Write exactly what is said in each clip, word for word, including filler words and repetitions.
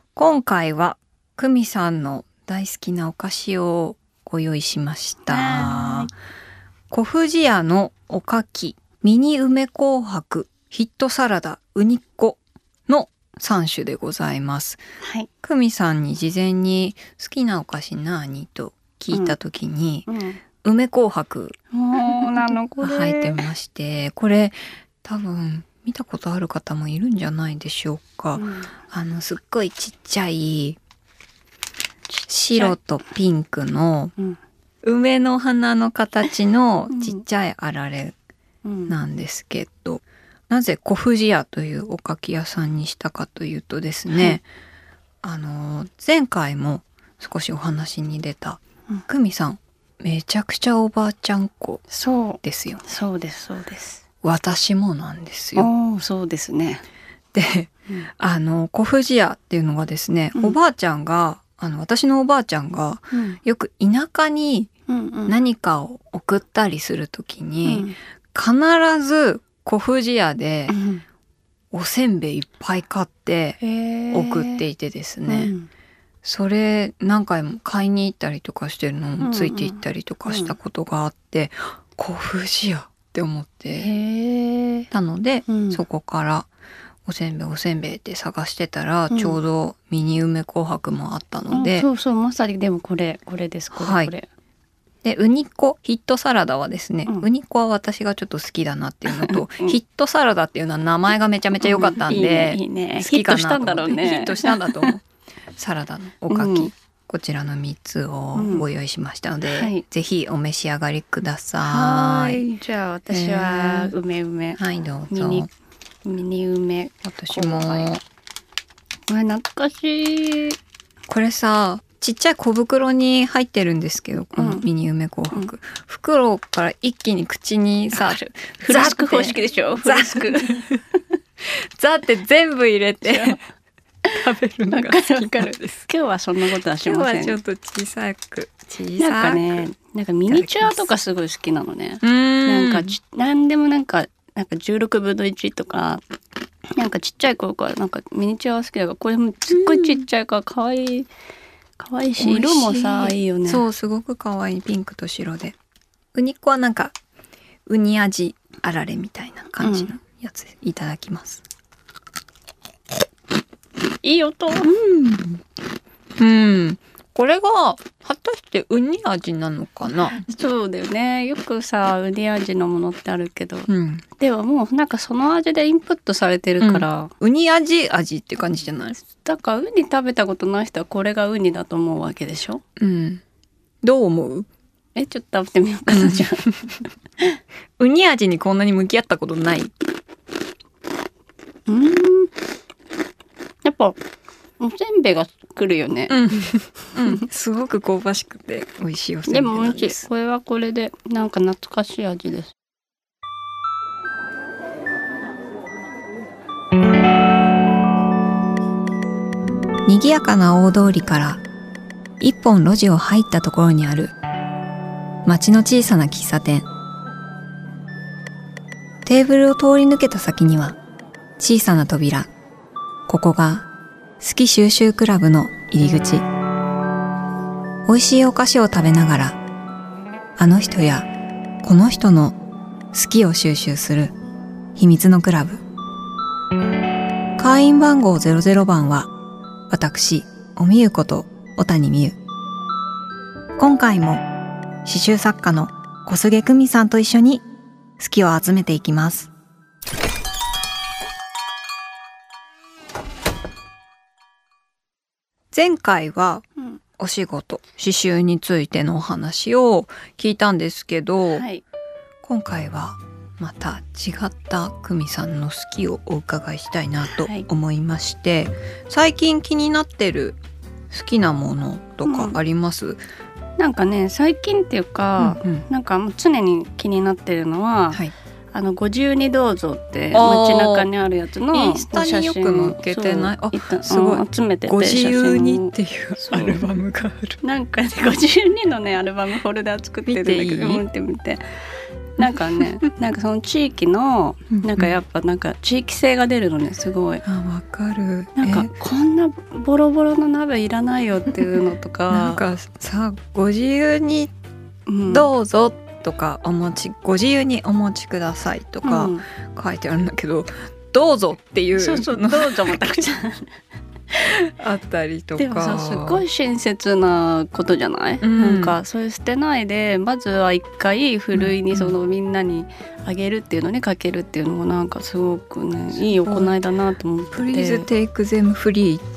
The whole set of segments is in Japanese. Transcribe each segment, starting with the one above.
今回は久美さんの大好きなお菓子をご用意しました。小藤屋のおかきミニ梅紅白ヒットサラダうにっこのさん種でございます。 はい、 久美さんに事前に好きなお菓子何と聞いた時に、 うんうん、 梅紅白なのこれ入ってまして、これ多分見たことある方もいるんじゃないでしょうか。うん、あのすっごいちっちゃい白とピンクの梅の花の形のちっちゃいあられなんですけど、うんうん、なぜ小藤屋というおかき屋さんにしたかというとですね、はい、あの前回も少しお話に出た久美さんめちゃくちゃおばあちゃん子ですよね。 そうですそうです。 私もなんですよ。 そうですね。 で、うん、あの小藤屋っていうのがですね、うん、おばあちゃんがあの私のおばあちゃんが、うん、よく田舎に何かを送ったりするときに、うん、必ず小藤屋でおせんべいいっぱい買って送っていてですね、うん、それ何回も買いに行ったりとかしてるのもついて行ったりとかしたことがあって、うんうん、小藤屋って思ってたので、うん、そこからおせんべいおせんべいって探してたら、うん、ちょうどミニ梅紅白もあったので、 そうそうまさにでもこれこれですこれこれ、はい、 でうにっこヒットサラダはですね、うん、うにっこは私がちょっと好きだなっていうのと、うん、ヒットサラダっていうのは名前がめちゃめちゃ良かったんで、 うん、いいねいいね、 好きかなと思ってヒットしたんだろうね。 ヒットしたんだと思うサラダのおかき、うん、こちらのみっつをご用意しましたので、うんはい、ぜひお召し上がりください。 はい、じゃあ私は梅梅、 えー、はいどうぞ。 ミニミニ梅。 私も。 これ懐かしい。 これさちっちゃい小袋に入ってるんですけど、このミニ梅紅白、うん、袋から一気に口にさフラスク方式でしょ。フラスクザって全部入れて食べるのが好きなんです。 今日はそんなことはしません。 今日はちょっと小さく小さくなんかね、なんかミニチュアとかすごい好きなのね。なんかなんでもなんかなんかじゅうろくぶんのいちとかなんかちっちゃい頃からなんかミニチュアが好きだから、これもすっごいちっちゃいから可愛い可愛いし、色もさいいよね。 そうすごく可愛いピンクと白で、うにっこはなんかウニ味あられみたいな感じのやつ、うん、いただきます。 いい音。 うんうんこれが果たしてウニ味なのかな。 そうだよね。よくさウニ味のものってあるけど、 うん、 でももうなんかその味でインプットされてるから、 うん、ウニ味味って感じじゃない。 だからウニ食べたことない人はこれがウニだと思うわけでしょ。 うん。どう思う？ えちょっと食べてみようかな、うん、じゃあウニ味にこんなに向き合ったことない。 うん。やっぱおせんべいが来るよね。 うんうん、すごく香ばしくて美味しいおせんべいなんです。 でも美味しい。これはこれでなんか懐かしい味です。 賑やかな大通りから一本路地を入ったところにある町の小さな喫茶店。テーブルを通り抜けた先には小さな扉。ここが好き収集クラブの入り口。美味しいお菓子を食べながらあの人やこの人の好きを収集する秘密のクラブ。会員番号ゼロゼロばんは私おみゆこと小谷美優。今回も刺繍作家の小菅久美さんと一緒に好きを集めていきます。前回はお仕事、刺繍についてのお話を聞いたんですけど、はい、今回はまた違った久美さんの好きをお伺いしたいなと思いまして、はい、最近気になってる好きなものとかあります？うん、 なんかね最近っていうか、うんうん、なんかもう常に気になってるのは、はい、あのご自由にどうぞって街中にあるやつのインスタによく載っけてない？あすごい集めてて、 ご自由にっていうアルバムがある。 なんか、ね、ご自由にのねアルバムフォルダー作ってるんだけど、見てみてなんかねなんかその地域のなんかやっぱなんか地域性が出るのねすごい。 あ、わかる。 なんかこんなボロボロの鍋いらないよっていうのとかなんかさご自由にどうぞとかお持ち、ご自由にお持ちくださいとか書いてあるんだけど、うん、どうぞっていうそうそうどうぞもたくちゃあったりとか。 でもさすごい親切なことじゃない、うん、なんかそういう捨てないでまずは一回ふるいにそのみんなにあげるっていうのにかけるっていうのもなんかすごくねいい行いだなと思って。 プリーズテイクゼムフリーって、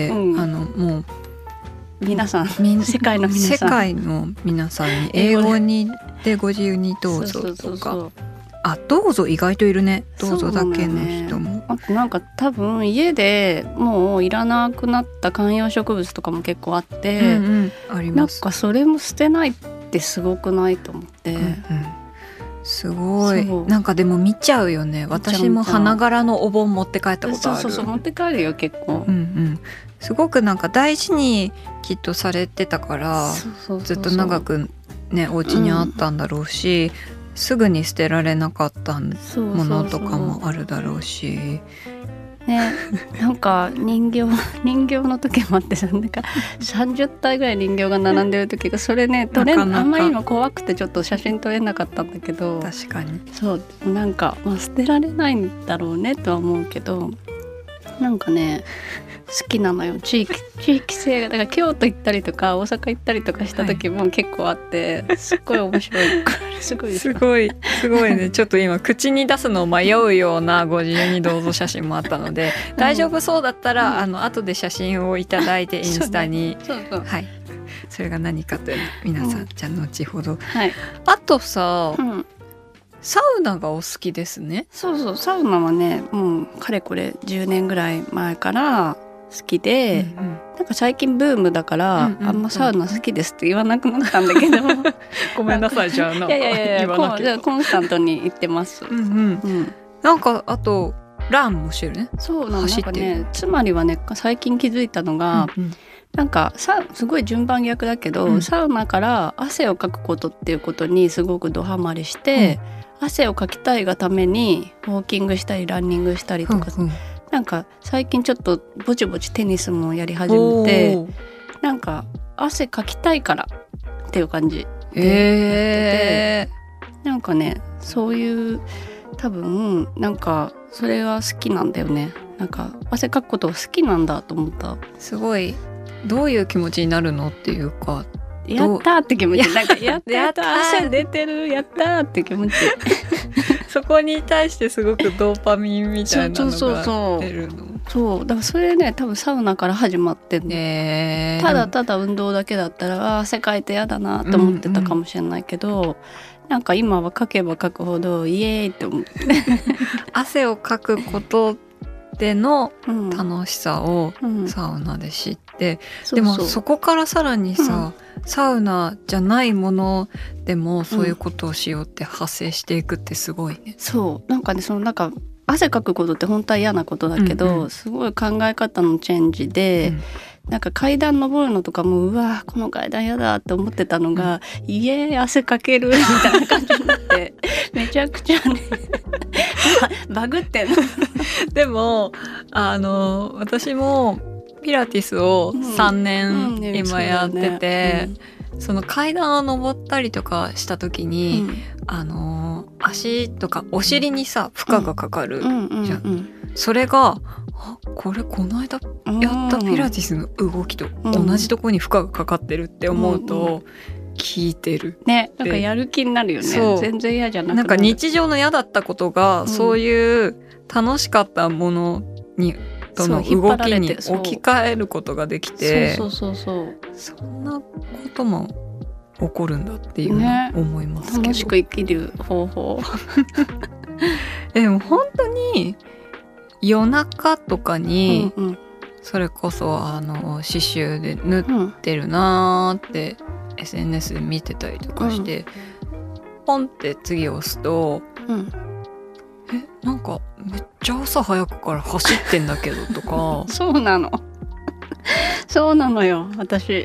うん、あのもう皆さん世界の皆さん世界の皆さんに英語にでご自由にどうぞとか。そうそうそうそうあ、どうぞ意外といるね。どうぞだけの人も、ね、 あとなんか多分家でもういらなくなった観葉植物とかも結構あって、うんうん、あります。なんかそれも捨てないってすごくないと思って、うんうん、 すごい。なんかでも見ちゃうよね。私も花柄のお盆持って帰ったことある。 そうそうそう持って帰るよ結構、 うんうん、すごくなんか大事にきっとされてたからずっと長くねお家にあったんだろうし、うんすぐに捨てられなかったものとかもあるだろうしね、なんか人形人形の時もあってさなんかさんじゅったいぐらい人形が並んでる時がそれね撮れんあんまりにも怖くてちょっと写真撮れなかったんだけど確かにそうなんか、まあ、捨てられないんだろうねとは思うけどなんかね好きなのよ地域地域性が。だから京都行ったりとか大阪行ったりとかした時も結構あって、はい、すっごい面白いすごいすごいすごいねちょっと今口に出すのを迷うようなご自由にどうぞ写真もあったので大丈夫そうだったら、うん、あの後で写真をいただいてインスタにそうそうはい、それが何かというの皆さん、うん、じゃあ後ほど、 はい、 あとさ、うんサウナがお好きですね。 そうそうサウナはねもうかれこれじゅうねんぐらい前から好きで、うんうん、なんか最近ブームだから、うんうんうん、あんまサウナ好きですって言わなくなったんだけどごめんなさいじゃあいやいやいや言わなきゃコンスタントに行ってます、うんうんうん、なんかあとランもしてるね。 そうなのなんかねつまりはね最近気づいたのが、うんうんなんかさすごい順番逆だけど、うん、サウナから汗をかくことっていうことにすごくドハマりして、うん、汗をかきたいがためにウォーキングしたりランニングしたりとか、うんうん、なんか最近ちょっとぼちぼちテニスもやり始めてなんか汗かきたいからっていう感じで、 えー、なんかねそういう多分なんかそれが好きなんだよね。なんか汗かくことが好きなんだと思った。 すごいどういう気持ちになるのっていうかやったーって気持ちなんかやったやった汗出てるやったーって気持ちそこに対してすごくドーパミンみたいなのが出るの。 そうだからそれね多分サウナから始まってんの、えー、ただただ運動だけだったらあ汗かいてやだなと思ってたかもしれないけど、うんうん、なんか今はかけばかくほどイエーイって思って汗をかくことでの楽しさをサウナで知って、うん、でもそこからさらにさ、うん、サウナじゃないものでもそういうことをしようって発生していくってすごいね、うん、 そうなんかねそのなんか汗かくことって本当は嫌なことだけど、うんうん、すごい考え方のチェンジで、うん、なんか階段登るのとかもうわこの階段嫌だって思ってたのが、うん、イエーイ汗かけるみたいな感じになってめちゃくちゃねバグってんのでもあの私もピラティスをさんねん今やってて、うん、その階段を登ったりとかした時に、うん、あの足とかお尻にさ負荷がかかるじゃん、うんうんうんうん、それがあこれこの間やったピラティスの動きと同じとこに負荷がかかってるって思うと、うんうん聞いてるね、なんかやる気になるよね。全然嫌じゃなくなる。 なんか日常の嫌だったことが、うん、そういう楽しかったものにとの動きに置き換えることができて、 そうそうそうそうそんなことも起こるんだっていうのを思いますけど、 ね、楽しく生きる方法でも本当に夜中とかに、うんうん、それこそあの刺繍で縫ってるなーって、うんエスエヌエス で見てたりとかして、うん、ポンって次押すと、うん、えなんかめっちゃ朝早くから走ってんだけどとかそうなのそうなのよ私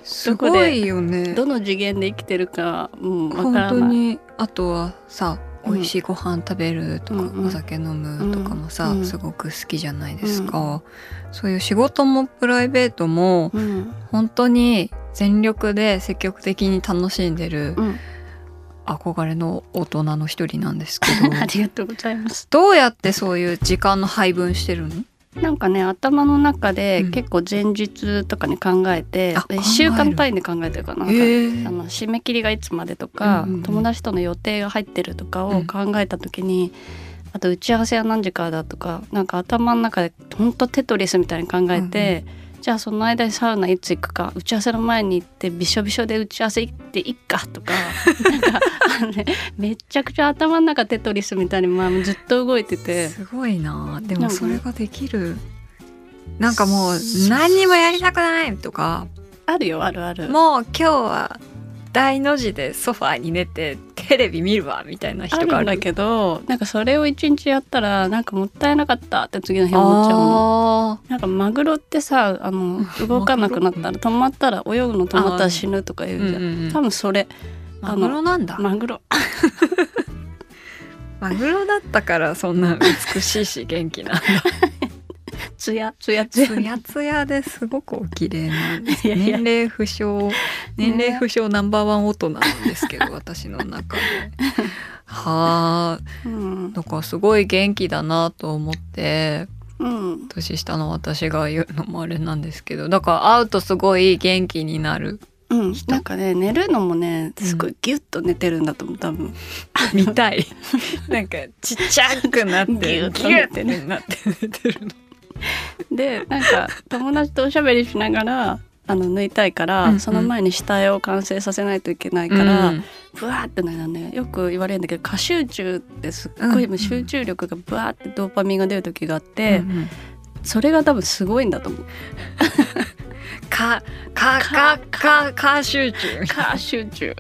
すごいよね。 どの次元で生きてるか、うん、わからない。 本当に。あとはさ、美味しいご飯食べるとか、うん、お酒飲むとかもさ、うん、すごく好きじゃないですか、うん、そういう仕事もプライベートも、うん、本当に全力で積極的に楽しんでる、うん、憧れの大人の一人なんですけどありがとうございます。 どうやってそういう時間の配分してるの？ なんかね、頭の中で結構前日とかに考えて、うん、いっしゅうかん単位で考えてるかな。なんか、あの締め切りがいつまでとか、うんうん、友達との予定が入ってるとかを考えた時に、うん、あと打ち合わせは何時からだとか、なんか頭の中でほんとテトリスみたいに考えて、うんうん、じゃあその間にサウナいつ行くか、打ち合わせの前に行ってびしょびしょで打ち合わせ行っていっかとかなんかあの、ね、めちゃくちゃ頭の中テトリスみたいに、まあ、ずっと動いてて、 すごいな。でもそれができる。なんかもう何にもやりたくないとかあるよ。あるある。 もう今日は大の字でソファーに寝てテレビ見るわみたいな人がある。 あるんだけど、なんかそれを一日やったらなんかもったいなかったって次の日思っちゃうの。なんかマグロってさ、あの動かなくなったら止まったら、泳ぐの止まったら死ぬとか言うじゃん、うんうん、多分それマグロなんだ。 マグロマグロだったからそんな美しいし元気なんだつやつやつやつやつやですごくお綺麗なんです。いやいや、年齢不詳年齢不詳ナンバーワン大人なんですけど私の中ではあ、うん、だからすごい元気だなと思って、うん、年下の私が言うのもあれなんですけど、だから会うとすごい元気になる。 うん、なんかね、寝るのもねすごいギュッと寝てるんだと思う、多分見たいなんかちっちゃくなってギュッてなって寝てるので、なんか友達とおしゃべりしながらあの縫いたいから、うんうん、その前に下絵を完成させないといけないから、うん、ブワーってなるね。よく言われるんだけど、過集中ってすっごい集中力がブワーってドーパミンが出る時があって、うんうん、それが多分すごいんだと思うかかかかか集中か集中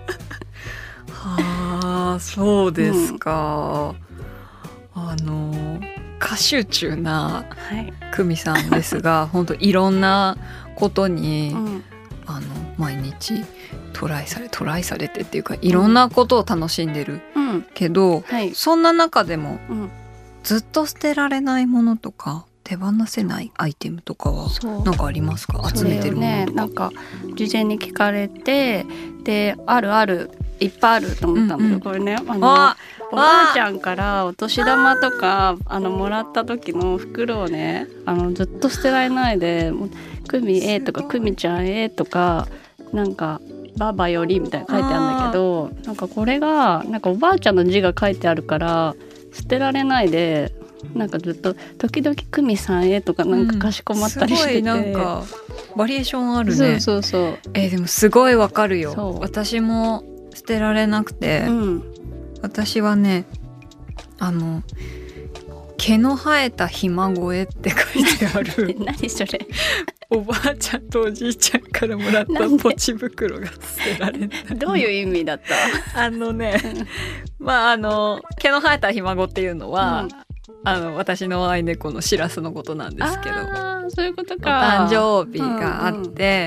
はあ、そうですか、うん、あの過集中な久美さんですが、はい、本当いろんなことに、うん、あの毎日トライされトライされてっていうか、いろんなことを楽しんでる、うん、けど、はい、そんな中でも、うん、ずっと捨てられないものとか手放せないアイテムとかは何かありますか？集めてるものとか。 なんか事前に聞かれて、であるあるいっぱいあると思ったんだけど、うんうん、これね、あのあおばあちゃんからお年玉とかあのもらった時の袋をね、あのずっと捨てられないで、クミ A とかクミちゃん A とかなんかババよりみたいな書いてあるんだけど、なんかこれがなんかおばあちゃんの字が書いてあるから捨てられないで、なんかずっと時々クミさんへとかなんかかしこまったりしてて、うん、 すごいなんかバリエーションあるね。 そうそうそう。 えー、でもすごいわかるよ。私も捨てられなくて、うん、私はね、あの毛の生えたひ孫へって書いてある何それおばあちゃんとおじいちゃんからもらったポチ袋が捨てられない。 どういう意味だった？ あのねまああの毛の生えたひ孫っていうのは、うん、あの私の愛猫のしらすのことなんですけど、 あそういうことか。 お誕生日があって、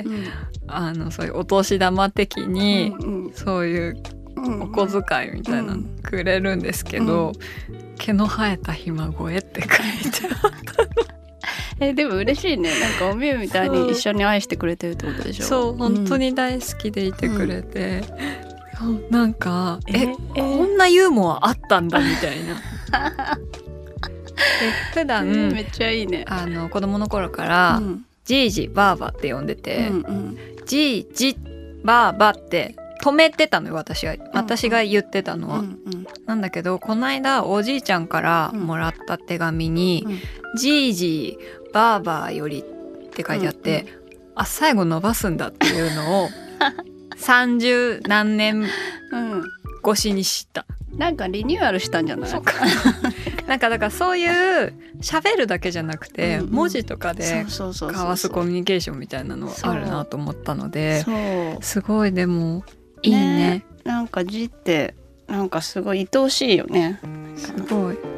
うんうん、あのそういうお年玉的に、うんうん、そういうお小遣いみたいなのくれるんですけど、うん、毛の生えたひ孫へって書いてあったのえでも嬉しいね。なんかおみゆみたいに一緒に愛してくれてるってことでしょ。 そう、本当に大好きでいてくれて、うん、なんかえええこんなユーモアあったんだみたいな普段、えー、 めっちゃいいね。 あの子供の頃から、うん、じいじばあばって呼んでて、うんうん、じいじばあばって止めてたのよ、私が私が言ってたのは、うんうん、なんだけどこの間おじいちゃんからもらった手紙に、うんうん、じいじばあばよりって書いてあって、うんうん、あ最後伸ばすんだっていうのを三十何年越しに知った、 うん、なんかリニューアルしたんじゃない？ そうかなんかだからそういう喋るだけじゃなくて、うんうん、文字とかで交わすコミュニケーションみたいなのあるなと思ったので、すごいでもいい ね, ねなんか字ってなんかすごい愛おしいよね。 すごい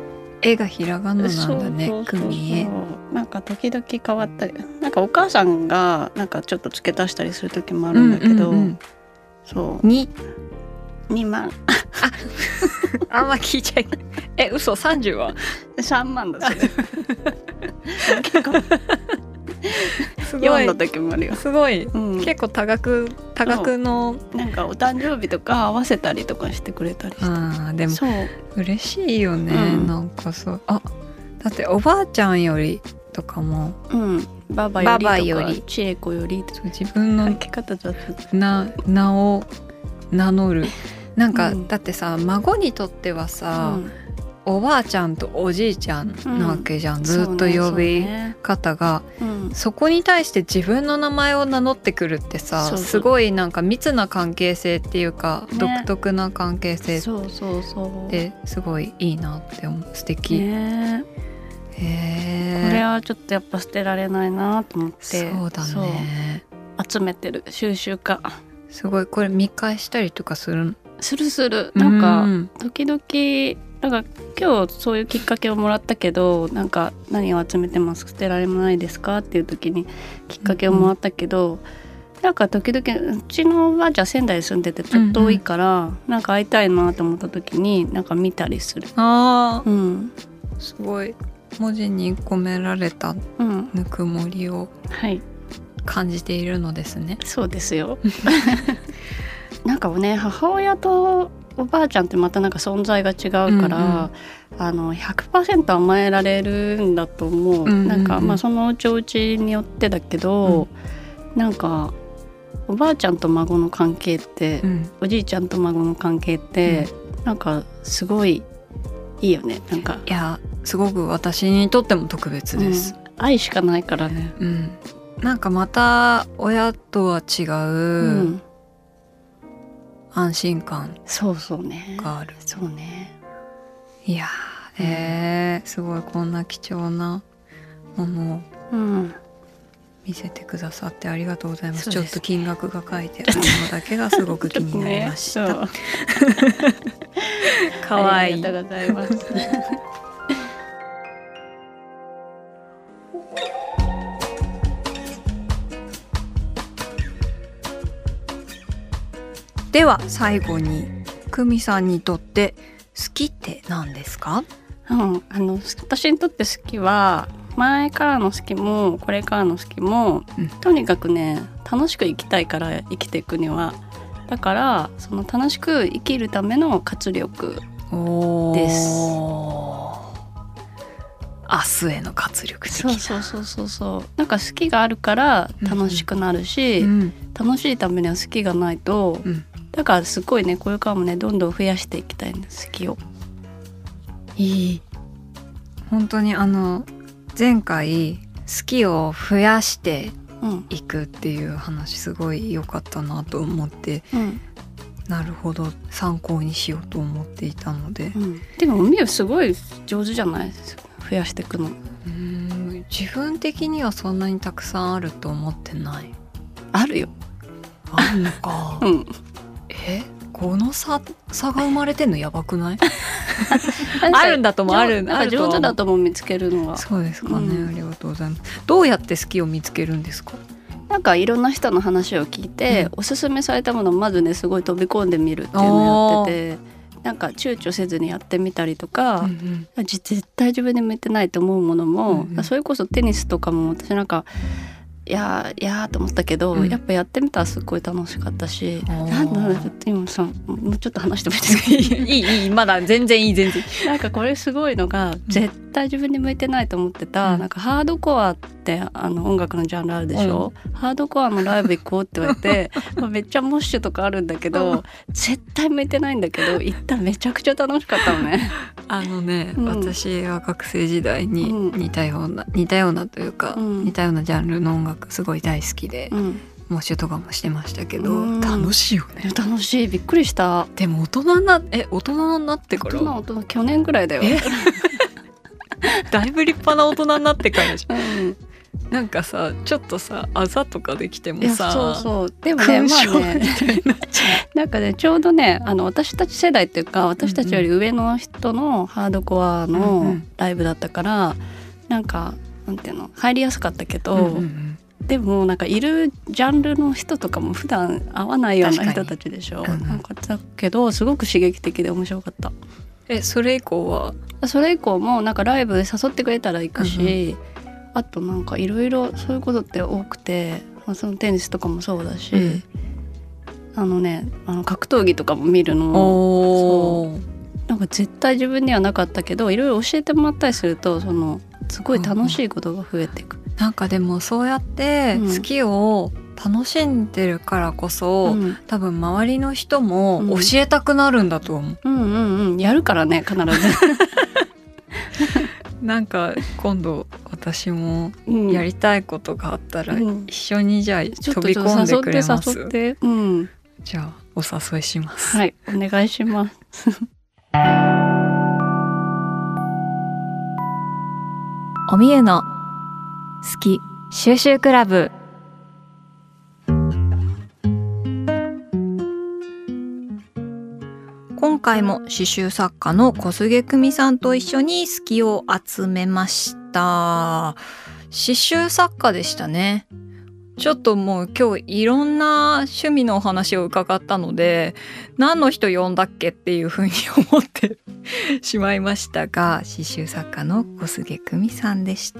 絵がひらがななんだね。組絵なんか時々変わったり、なんかお母さんがなんかちょっと付け足したりする時もあるんだけど、うんうんうん、そうににまんあんま聞いちゃいえ嘘さんじゅうはさんまんだそれ結構すごいよんの時もあるよ。 すごい、うん、結構多額多額のなんかお誕生日とか合わせたりとかしてくれたりして、 あでもそう嬉しいよね、うん、なんかそうあだっておばあちゃんよりとかも、 うん、ババよりとかより千恵子よりとか自分の書き方だとな名を名乗るなんか、うん、だってさ孫にとってはさ、うんおばあちゃんとおじいちゃんなわけじゃん、うん、ずっと呼び方が そ,、ねそ, ねうん、そこに対して自分の名前を名乗ってくるってさそうそうすごいなんか密な関係性っていうか、ね、独特な関係性ですごいいいなって思う素敵、ね、へこれはちょっとやっぱ捨てられないなと思ってそうだね集めてる収集家すごいこれ見返したりとかするするするなんか、うん、時々なんか今日そういうきっかけをもらったけどなんか何を集めてます捨てられないですかっていう時にきっかけをもらったけど、うん、なんか時々うちのおばあちゃん仙台に住んでてちょっと遠いから、うんうん、なんか会いたいなと思った時になんか見たりする。 あー、うん、すごい文字に込められたぬくもりを感じているのですね、 はい、そうですよなんかね母親とおばあちゃんってまたなんか存在が違うから、うんうん、あの ひゃくパーセント 甘えられるんだと思う、うんうんうん、なんかまあそのうちおうちによってだけど、うん、なんかおばあちゃんと孫の関係って、うん、おじいちゃんと孫の関係って、うん、なんかすごいいいよねなんかいやすごく私にとっても特別です、 うん、愛しかないからね、 うん、なんかまた親とは違う、うん安心感そうそうねがあるそうねいやー、うん、えー、すごいこんな貴重なものを見せてくださってありがとうございます、うん、ちょっと金額が書いてあるのだけがすごく気になりました、ね、かわいいありがとうございますでは最後に久美さんにとって好きって何ですか？ うん、あの私にとって好きは前からの好きもこれからの好きも、うん、とにかくね楽しく生きたいから生きていくにはだからその楽しく生きるための活力です。 明日への活力的なそうそうそうそうなんか好きがあるから楽しくなるし、うん、楽しいためには好きがないと、うんだからすごいねこれからもねどんどん増やしていきたいんです好きをいい本当にあの前回好きを増やしていくっていう話すごい良かったなと思って、うん、なるほど参考にしようと思っていたので、うん、 でもみゆすごい上手じゃないですか増やしていくのうん自分的にはそんなにたくさんあると思ってないあるよあるのかうんえこの差差が生まれてんのやばくないあるんだともあるなんか上手だとも見つけるのはそうですかね、うん、ありがとうございますどうやって好きを見つけるんですかなんかいろんな人の話を聞いて、うん、おすすめされたものをまずねすごい飛び込んでみるっていうのをやっててなんか躊躇せずにやってみたりとか、うんうん、絶対自分で向いてないと思うものも、うんうん、それこそテニスとかも私なんかいやいやと思ったけど、うん、やっぱやってみたらすごい楽しかったしなんだろう今さもうちょっと話してもいいですかいいいいまだ全然いい全然なんかこれすごいのが、うん、絶対自分に向いてないと思ってた、うん、なんかハードコアってあの音楽のジャンルあるでしょ、うん、ハードコアのライブ行こうって言われてまあめっちゃモッシュとかあるんだけど、うん、絶対向いてないんだけど行ったらめちゃくちゃ楽しかったのねあのね、うん、私は学生時代に似たような、うん、似たようなというか、うん、似たようなジャンルの音楽すごい大好きで、うん、モッシュとかもしてましたけど、うん、楽しいよね楽しいびっくりしたでも大人なえ大人になってから大人大人去年ぐらいだよだいぶ立派な大人になってからじゃん、うん、 なんかさちょっとさあざとかできてもさそうそうでもねまあねなんかねちょうどねあの私たち世代っていうか私たちより上の人のハードコアのライブだったから、うんうん、なんかなんていうの入りやすかったけど、うんうんうん、でもなんかいるジャンルの人とかも普段会わないような人たちでしょ、うんうん、なんかだけどすごく刺激的で面白かった。 えそれ以降はそれ以降もなんかライブで誘ってくれたら行くし、うんうん、あとなんかいろいろそういうことって多くて、まあ、そのテニスとかもそうだし、うん、あのねあの格闘技とかも見るのそうなんか絶対自分にはなかったけどいろいろ教えてもらったりするとそのすごい楽しいことが増えていく、 うん、なんかでもそうやって好きを楽しんでるからこそ、うん、多分周りの人も教えたくなるんだと思う、 うん、うんうんうんやるからね必ずなんか今度私もやりたいことがあったら一緒にじゃあ飛び込んでくれます？ 誘って誘って、うん、 じゃあお誘いします。 はいお願いしますおみゆの好き収集クラブ。今回も刺繍作家の小菅久美さんと一緒に好きを集めました。刺繍作家でしたね。ちょっともう今日いろんな趣味のお話を伺ったので何の人呼んだっけっていうふうに思ってしまいましたが刺繍作家の小菅久美さんでした。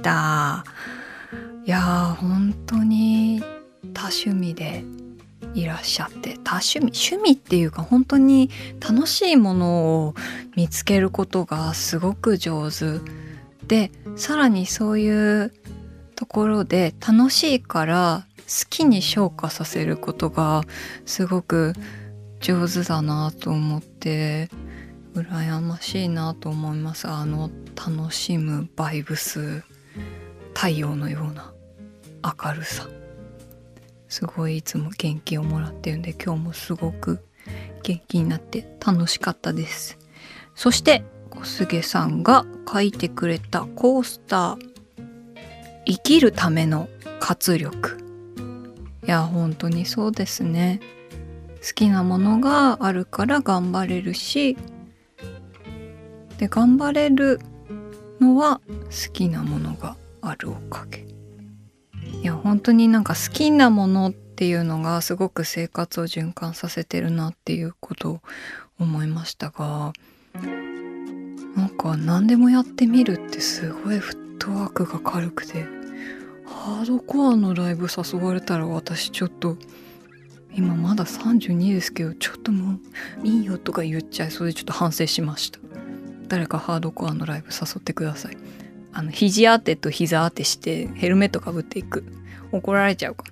いやー本当に多趣味でいらっしゃって多趣味趣味っていうか本当に楽しいものを見つけることがすごく上手でさらにそういうところで楽しいから好きに昇華させることがすごく上手だなと思って羨ましいなと思います。あの楽しむバイブス太陽のような明るさすごいいつも元気をもらってるんで今日もすごく元気になって楽しかったです。そして小菅さんが書いてくれたコースター生きるための活力。いや本当にそうですね。好きなものがあるから頑張れるしで頑張れるのは好きなものがあるおかげ。いや本当になんか好きなものっていうのがすごく生活を循環させてるなっていうことを思いましたがなんか何でもやってみるってすごいフットワークが軽くてハードコアのライブ誘われたら私ちょっと今まださんじゅうにですけどちょっともういいよとか言っちゃいそうでちょっと反省しました。誰かハードコアのライブ誘ってください。あの肘当てと膝当てしてヘルメットかぶっていく。怒られちゃうか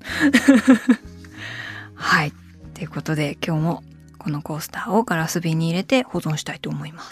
はいということで今日もこのコースターをガラス瓶に入れて保存したいと思います。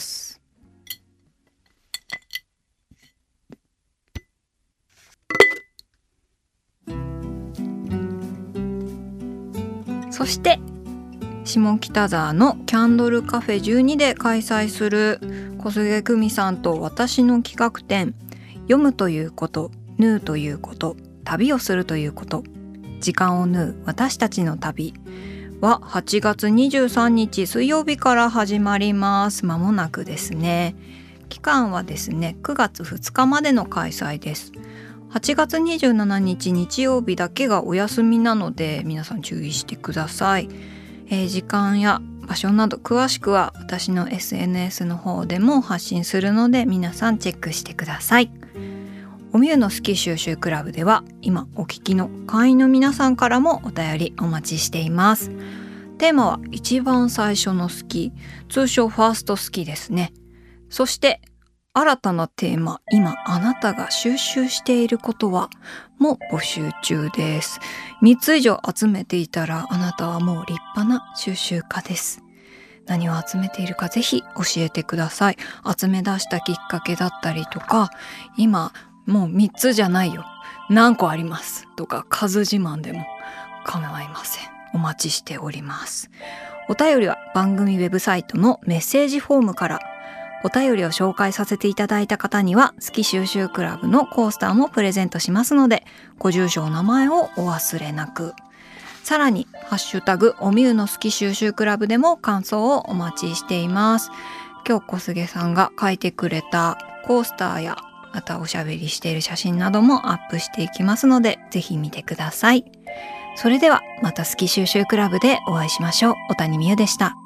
そして下北沢のキャンドルカフェじゅうにで開催する小菅久美さんと私の企画展読むということ縫うということ旅をするということ時間を縫う私たちの旅ははちがつにじゅうさんにち水曜日から始まります。間もなくですね。期間はですねくがつふつかまでの開催です。はちがつにじゅうしちにち日曜日だけがお休みなので皆さん注意してください。えー、時間や場所など詳しくは私の エスエヌエス の方でも発信するので皆さんチェックしてください。おみゆの好き収集クラブでは今お聞きの会員の皆さんからもお便りお待ちしています。テーマは一番最初の好き、通称ファースト好きですね。そして新たなテーマ、今あなたが収集していることはも募集中です。みっつ以上集めていたらあなたはもう立派な収集家です。何を集めているかぜひ教えてください。集め出したきっかけだったりとか、今もうみっつじゃないよ何個ありますとか数自慢でも構いません。お待ちしております。お便りは番組ウェブサイトのメッセージフォームからお便りを紹介させていただいた方には好き収集クラブのコースターもプレゼントしますので、ご住所お名前をお忘れなく。さらにハッシュタグおみゆの好き収集クラブでも感想をお待ちしています。今日小菅さんが書いてくれたコースターやまたおしゃべりしている写真などもアップしていきますので、ぜひ見てください。それではまた好き収集クラブでお会いしましょう。小谷美優でした。